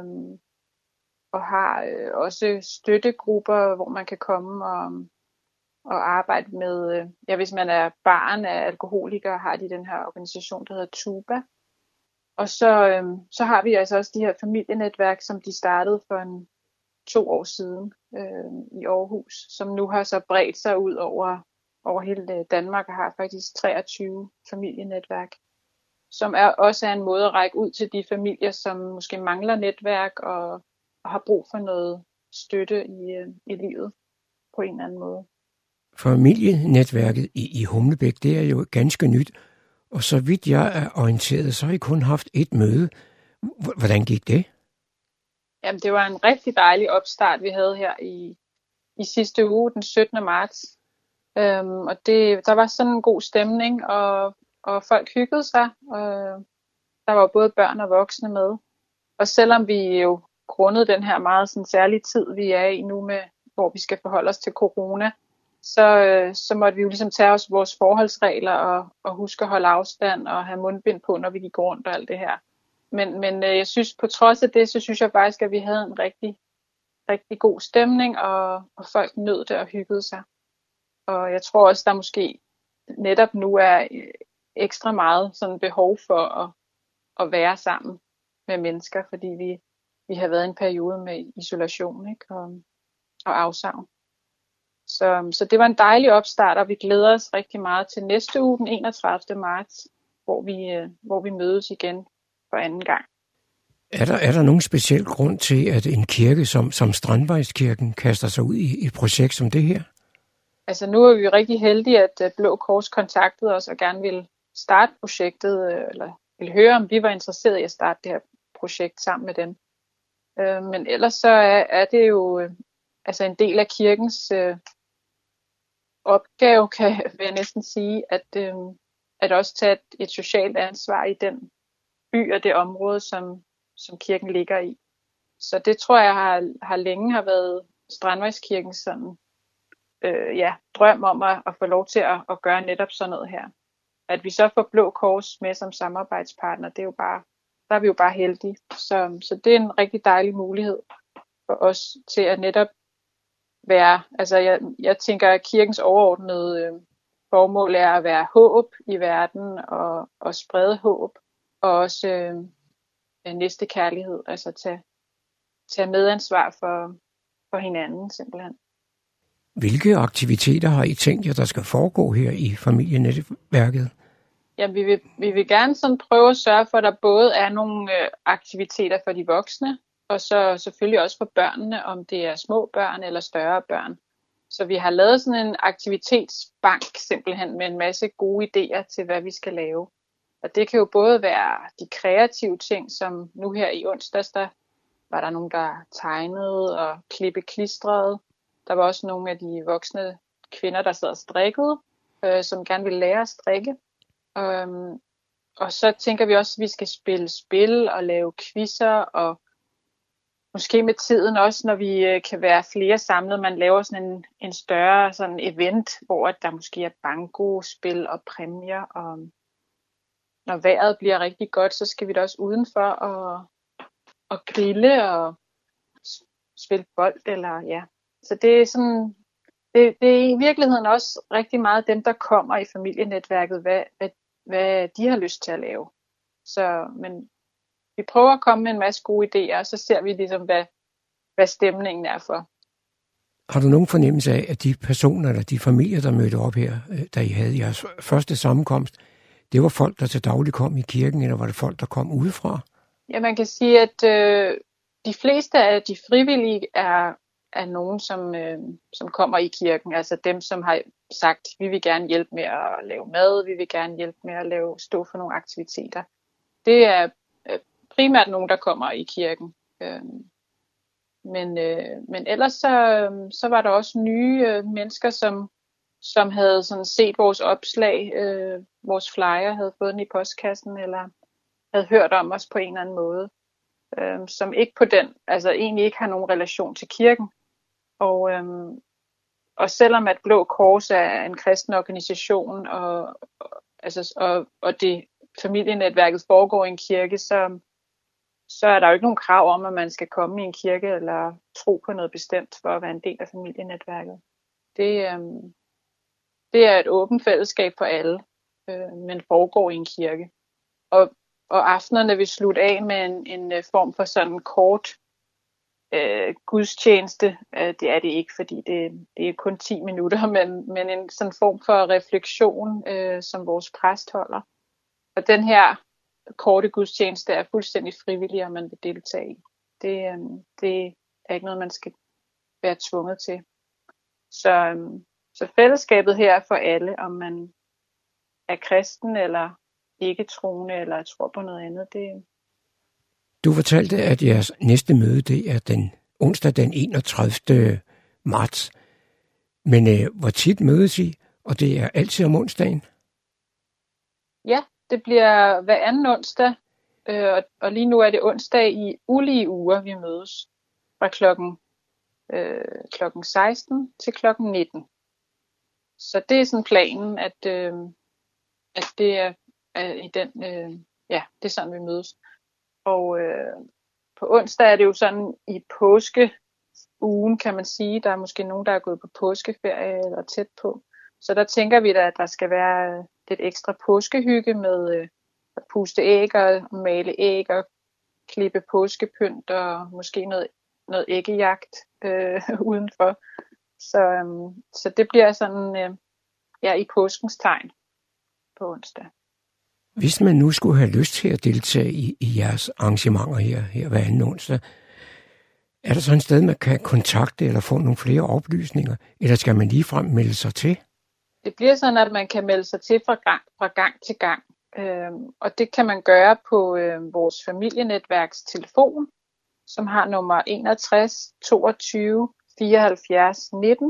S16: og har øh, også støttegrupper, hvor man kan komme og, og arbejde med, øh, ja, hvis man er barn af alkoholikere, har de den her organisation, der hedder Tuba. Og så, øh, så har vi altså også de her familienetværk, som de startede for en, to år siden øh, i Aarhus, som nu har så bredt sig ud over, over hele Danmark og har faktisk treogtyve familienetværk, som er også er en måde at række ud til de familier, som måske mangler netværk og, og har brug for noget støtte i, øh, i livet på en eller anden måde.
S7: Familienetværket i, i Humlebæk, det er jo ganske nyt, og så vidt jeg er orienteret, så har I kun haft et møde. Hvordan gik det?
S16: Jamen, det var en rigtig dejlig opstart, vi havde her i, i sidste uge, den syttende marts. Øhm, og det, der var sådan en god stemning, og, og folk hyggede sig. Og der var både børn og voksne med. Og selvom vi jo grundet den her meget sådan, særlige tid, vi er i nu, med, hvor vi skal forholde os til corona, så, så måtte vi jo ligesom tage os vores forholdsregler og, og huske at holde afstand og have mundbind på, når vi gik rundt og alt det her. Men, men jeg synes, på trods af det, så synes jeg faktisk, at vi havde en rigtig, rigtig god stemning, og, og folk nød det og hyggede sig. Og jeg tror også, der måske netop nu er ekstra meget sådan behov for at, at være sammen med mennesker, fordi vi, vi har været i en periode med isolation, ikke? Og, og afsavn. Så, så det var en dejlig opstart, og vi glæder os rigtig meget til næste uge, den enogtredivte marts, hvor vi, hvor vi mødes igen for anden gang.
S7: Er der, er der nogen speciel grund til, at en kirke som, som Strandvejskirken kaster sig ud i et projekt som det her?
S16: Altså nu er vi jo rigtig heldige, at Blå Kors kontaktede os og gerne ville starte projektet, eller ville høre, om vi var interesserede i at starte det her projekt sammen med dem. Men ellers så er, er det jo altså en del af kirkens øh, opgave, kan jeg næsten sige, at, øh, at også tage et, et socialt ansvar i den by og det område, som, som kirken ligger i. Så det tror jeg har, har længe har været Strandvejskirkens sådan, øh, ja, drøm om at, at få lov til at, at gøre netop sådan noget her. At vi så får Blå Kors med som samarbejdspartner, det er jo bare, der er vi jo bare heldige. Så, så det er en rigtig dejlig mulighed for os til at netop være, altså jeg, jeg tænker, at kirkens overordnede øh, formål er at være håb i verden og, og sprede håb, og også øh, næste kærlighed, altså tage, tage medansvar for, for hinanden simpelthen.
S7: Hvilke aktiviteter har I tænkt jer, der skal foregå her i familienetværket?
S16: Ja, vi vil, vi vil gerne sådan prøve at sørge for, at der både er nogle øh, aktiviteter for de voksne, og så selvfølgelig også for børnene, om det er små børn eller større børn. Så vi har lavet sådan en aktivitetsbank simpelthen med en masse gode idéer til, hvad vi skal lave. Og det kan jo både være de kreative ting, som nu her i onsdags, der var der nogen, der tegnede og klippe klistrede. Der var også nogle af de voksne kvinder, der sad og strikkede, øh, som gerne ville lære at strikke. Um, og så tænker vi også, at vi skal spille spil og lave quizzer, og måske med tiden også, når vi øh, kan være flere samlet, man laver sådan en, en større sådan event, hvor der måske er banko-spil og præmier, og når vejret bliver rigtig godt, så skal vi da også udenfor og, og grille og spille bold, eller ja. Så det er sådan, det, det er i virkeligheden også rigtig meget dem, der kommer i familienetværket, hvad, hvad, hvad de har lyst til at lave. Så, men vi prøver at komme med en masse gode idéer, og så ser vi ligesom, hvad, hvad stemningen er for.
S7: Har du nogen fornemmelse af, at de personer eller de familier, der mødte op her, da I havde jeres første sammenkomst, det var folk, der til daglig kom i kirken, eller var det folk, der kom udefra?
S16: Ja, man kan sige, at øh, de fleste af de frivillige er, er nogen, som, øh, som kommer i kirken. Altså dem, som har sagt, vi vil gerne hjælpe med at lave mad, vi vil gerne hjælpe med at lave, stå for nogle aktiviteter. Det er øh, primært nogen, der kommer i kirken. Øh, men, øh, men ellers så, så var der også nye øh, mennesker, som, som havde sådan set vores opslag, øh, vores flyer, havde fået den i postkassen, eller havde hørt om os på en eller anden måde, øh, som ikke på den, altså egentlig ikke har nogen relation til kirken. Og, øh, og selvom at Blå Kors er en kristen organisation, og, og, altså, og, og det familienetværket foregår i en kirke, så, så er der jo ikke nogen krav om, at man skal komme i en kirke eller tro på noget bestemt for at være en del af familienetværket. Det, øh, det er et åbent fællesskab for alle, øh, men foregår i en kirke. Og, og aftenerne vil slutte af med en, en form for sådan en kort øh, gudstjeneste. Øh, det er det ikke, fordi det, det er kun ti minutter, men, men en sådan form for refleksion, øh, som vores præst holder. Og den her korte gudstjeneste er fuldstændig frivillig, om man vil deltage i. Det, øh, det er ikke noget, man skal være tvunget til. Så, øh, så fællesskabet her er for alle, om man er kristen eller ikke troende eller tror på noget andet. Det...
S7: Du fortalte, at jeres næste møde, det er den onsdag den enogtredivte marts. Men øh, hvor tit mødes I? Og det er altid om onsdagen?
S16: Ja, det bliver hver anden onsdag. Øh, og, og lige nu er det onsdag i ulige uger, vi mødes. Fra klokken, øh, klokken seksten til klokken nitten. Så det er sådan planen, at, øh, at det er i den, øh, ja, det er sådan, vi mødes. Og øh, på onsdag er det jo sådan i påskeugen, kan man sige. Der er måske nogen, der er gået på påskeferie eller tæt på. Så der tænker vi da, at der skal være lidt ekstra påskehygge med øh, at puste æg og male æg og klippe påskepynt og måske noget, noget æggejagt øh, udenfor. Så, øh, så det bliver sådan, øh, ja, i påskens tegn på onsdag.
S7: Hvis man nu skulle have lyst til at deltage i, i jeres arrangementer her, her hver anden onsdag, er der så et sted, man kan kontakte eller få nogle flere oplysninger, eller skal man ligefrem melde sig til?
S16: Det bliver sådan, at man kan melde sig til fra gang, fra gang til gang, øhm, og det kan man gøre på øh, vores familienetværks telefon, som har nummer enogtres toogtyve fireoghalvfjerds nitten.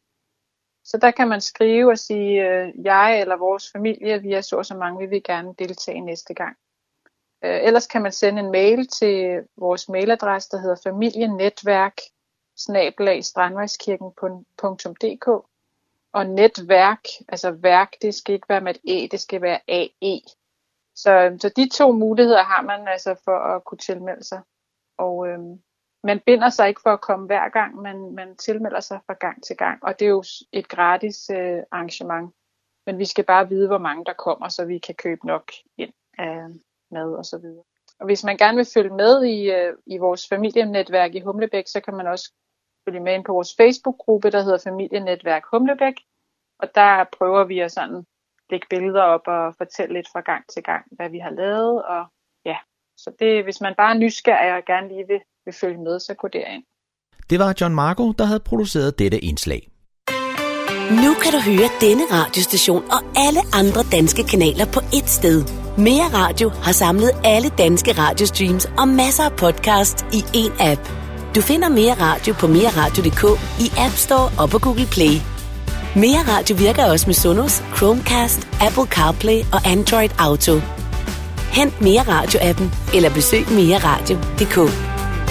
S16: Så der kan man skrive og sige, øh, jeg eller vores familie, vi er så så mange, vi vil gerne deltage næste gang. Øh, ellers kan man sende en mail til vores mailadresse, der hedder familienetværk bindestreg strandvejskirken punktum d k. Og netværk, altså værk, det skal ikke være med et e, det skal være A E. Så, så de to muligheder har man altså for at kunne tilmelde sig. Og øh, man binder sig ikke for at komme hver gang, men man tilmelder sig fra gang til gang. Og det er jo et gratis øh, arrangement. Men vi skal bare vide, hvor mange der kommer, så vi kan købe nok ind af mad og så videre. Og hvis man gerne vil følge med i, øh, i vores familienetværk i Humlebæk, så kan man også følge med ind på vores Facebook-gruppe, der hedder Familienetværk Humlebæk. Og der prøver vi at sådan lægge billeder op og fortælle lidt fra gang til gang, hvad vi har lavet. Og ja, så det, hvis man bare er nysgerrig og gerne lige vil vil følge med, så gå derind.
S1: Det var John Marco, der havde produceret dette indslag.
S17: Nu kan du høre denne radiostation og alle andre danske kanaler på ét sted. Mere Radio har samlet alle danske radiostreams og masser af podcast i én app. Du finder Mere Radio på mere radio punktum d k, i App Store og på Google Play. Mere Radio virker også med Sonos, Chromecast, Apple CarPlay og Android Auto. Hent Mere Radio-appen eller besøg mere radio punktum d k.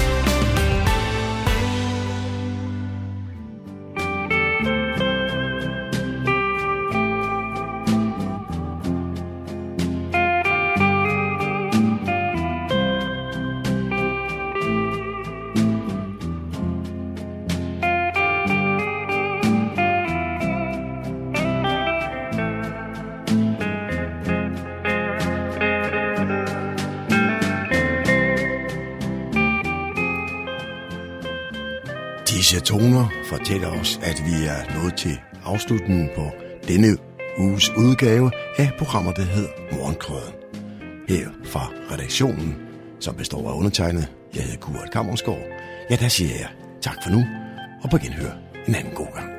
S12: Disse toner fortæller os, at vi er nået til afslutningen på denne uges udgave af programmet, der hedder Morgenkrøden. Her fra redaktionen, som består af undertegnet, jeg hedder Kurt Kammersgaard. Ja, der siger jeg tak for nu, og på genhør en anden god gang.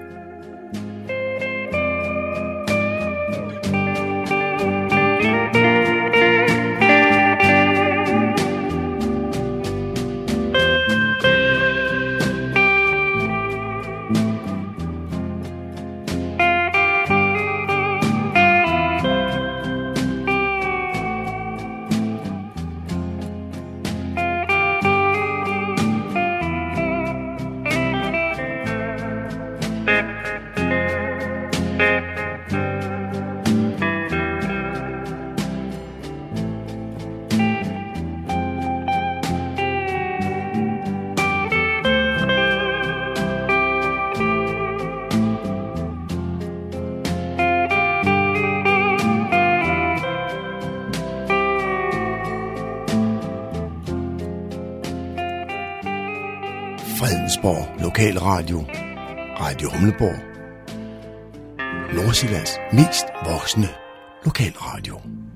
S12: Fredensborg Lokalradio, Radio Humleborg, Nordsjællands mest voksne lokalradio.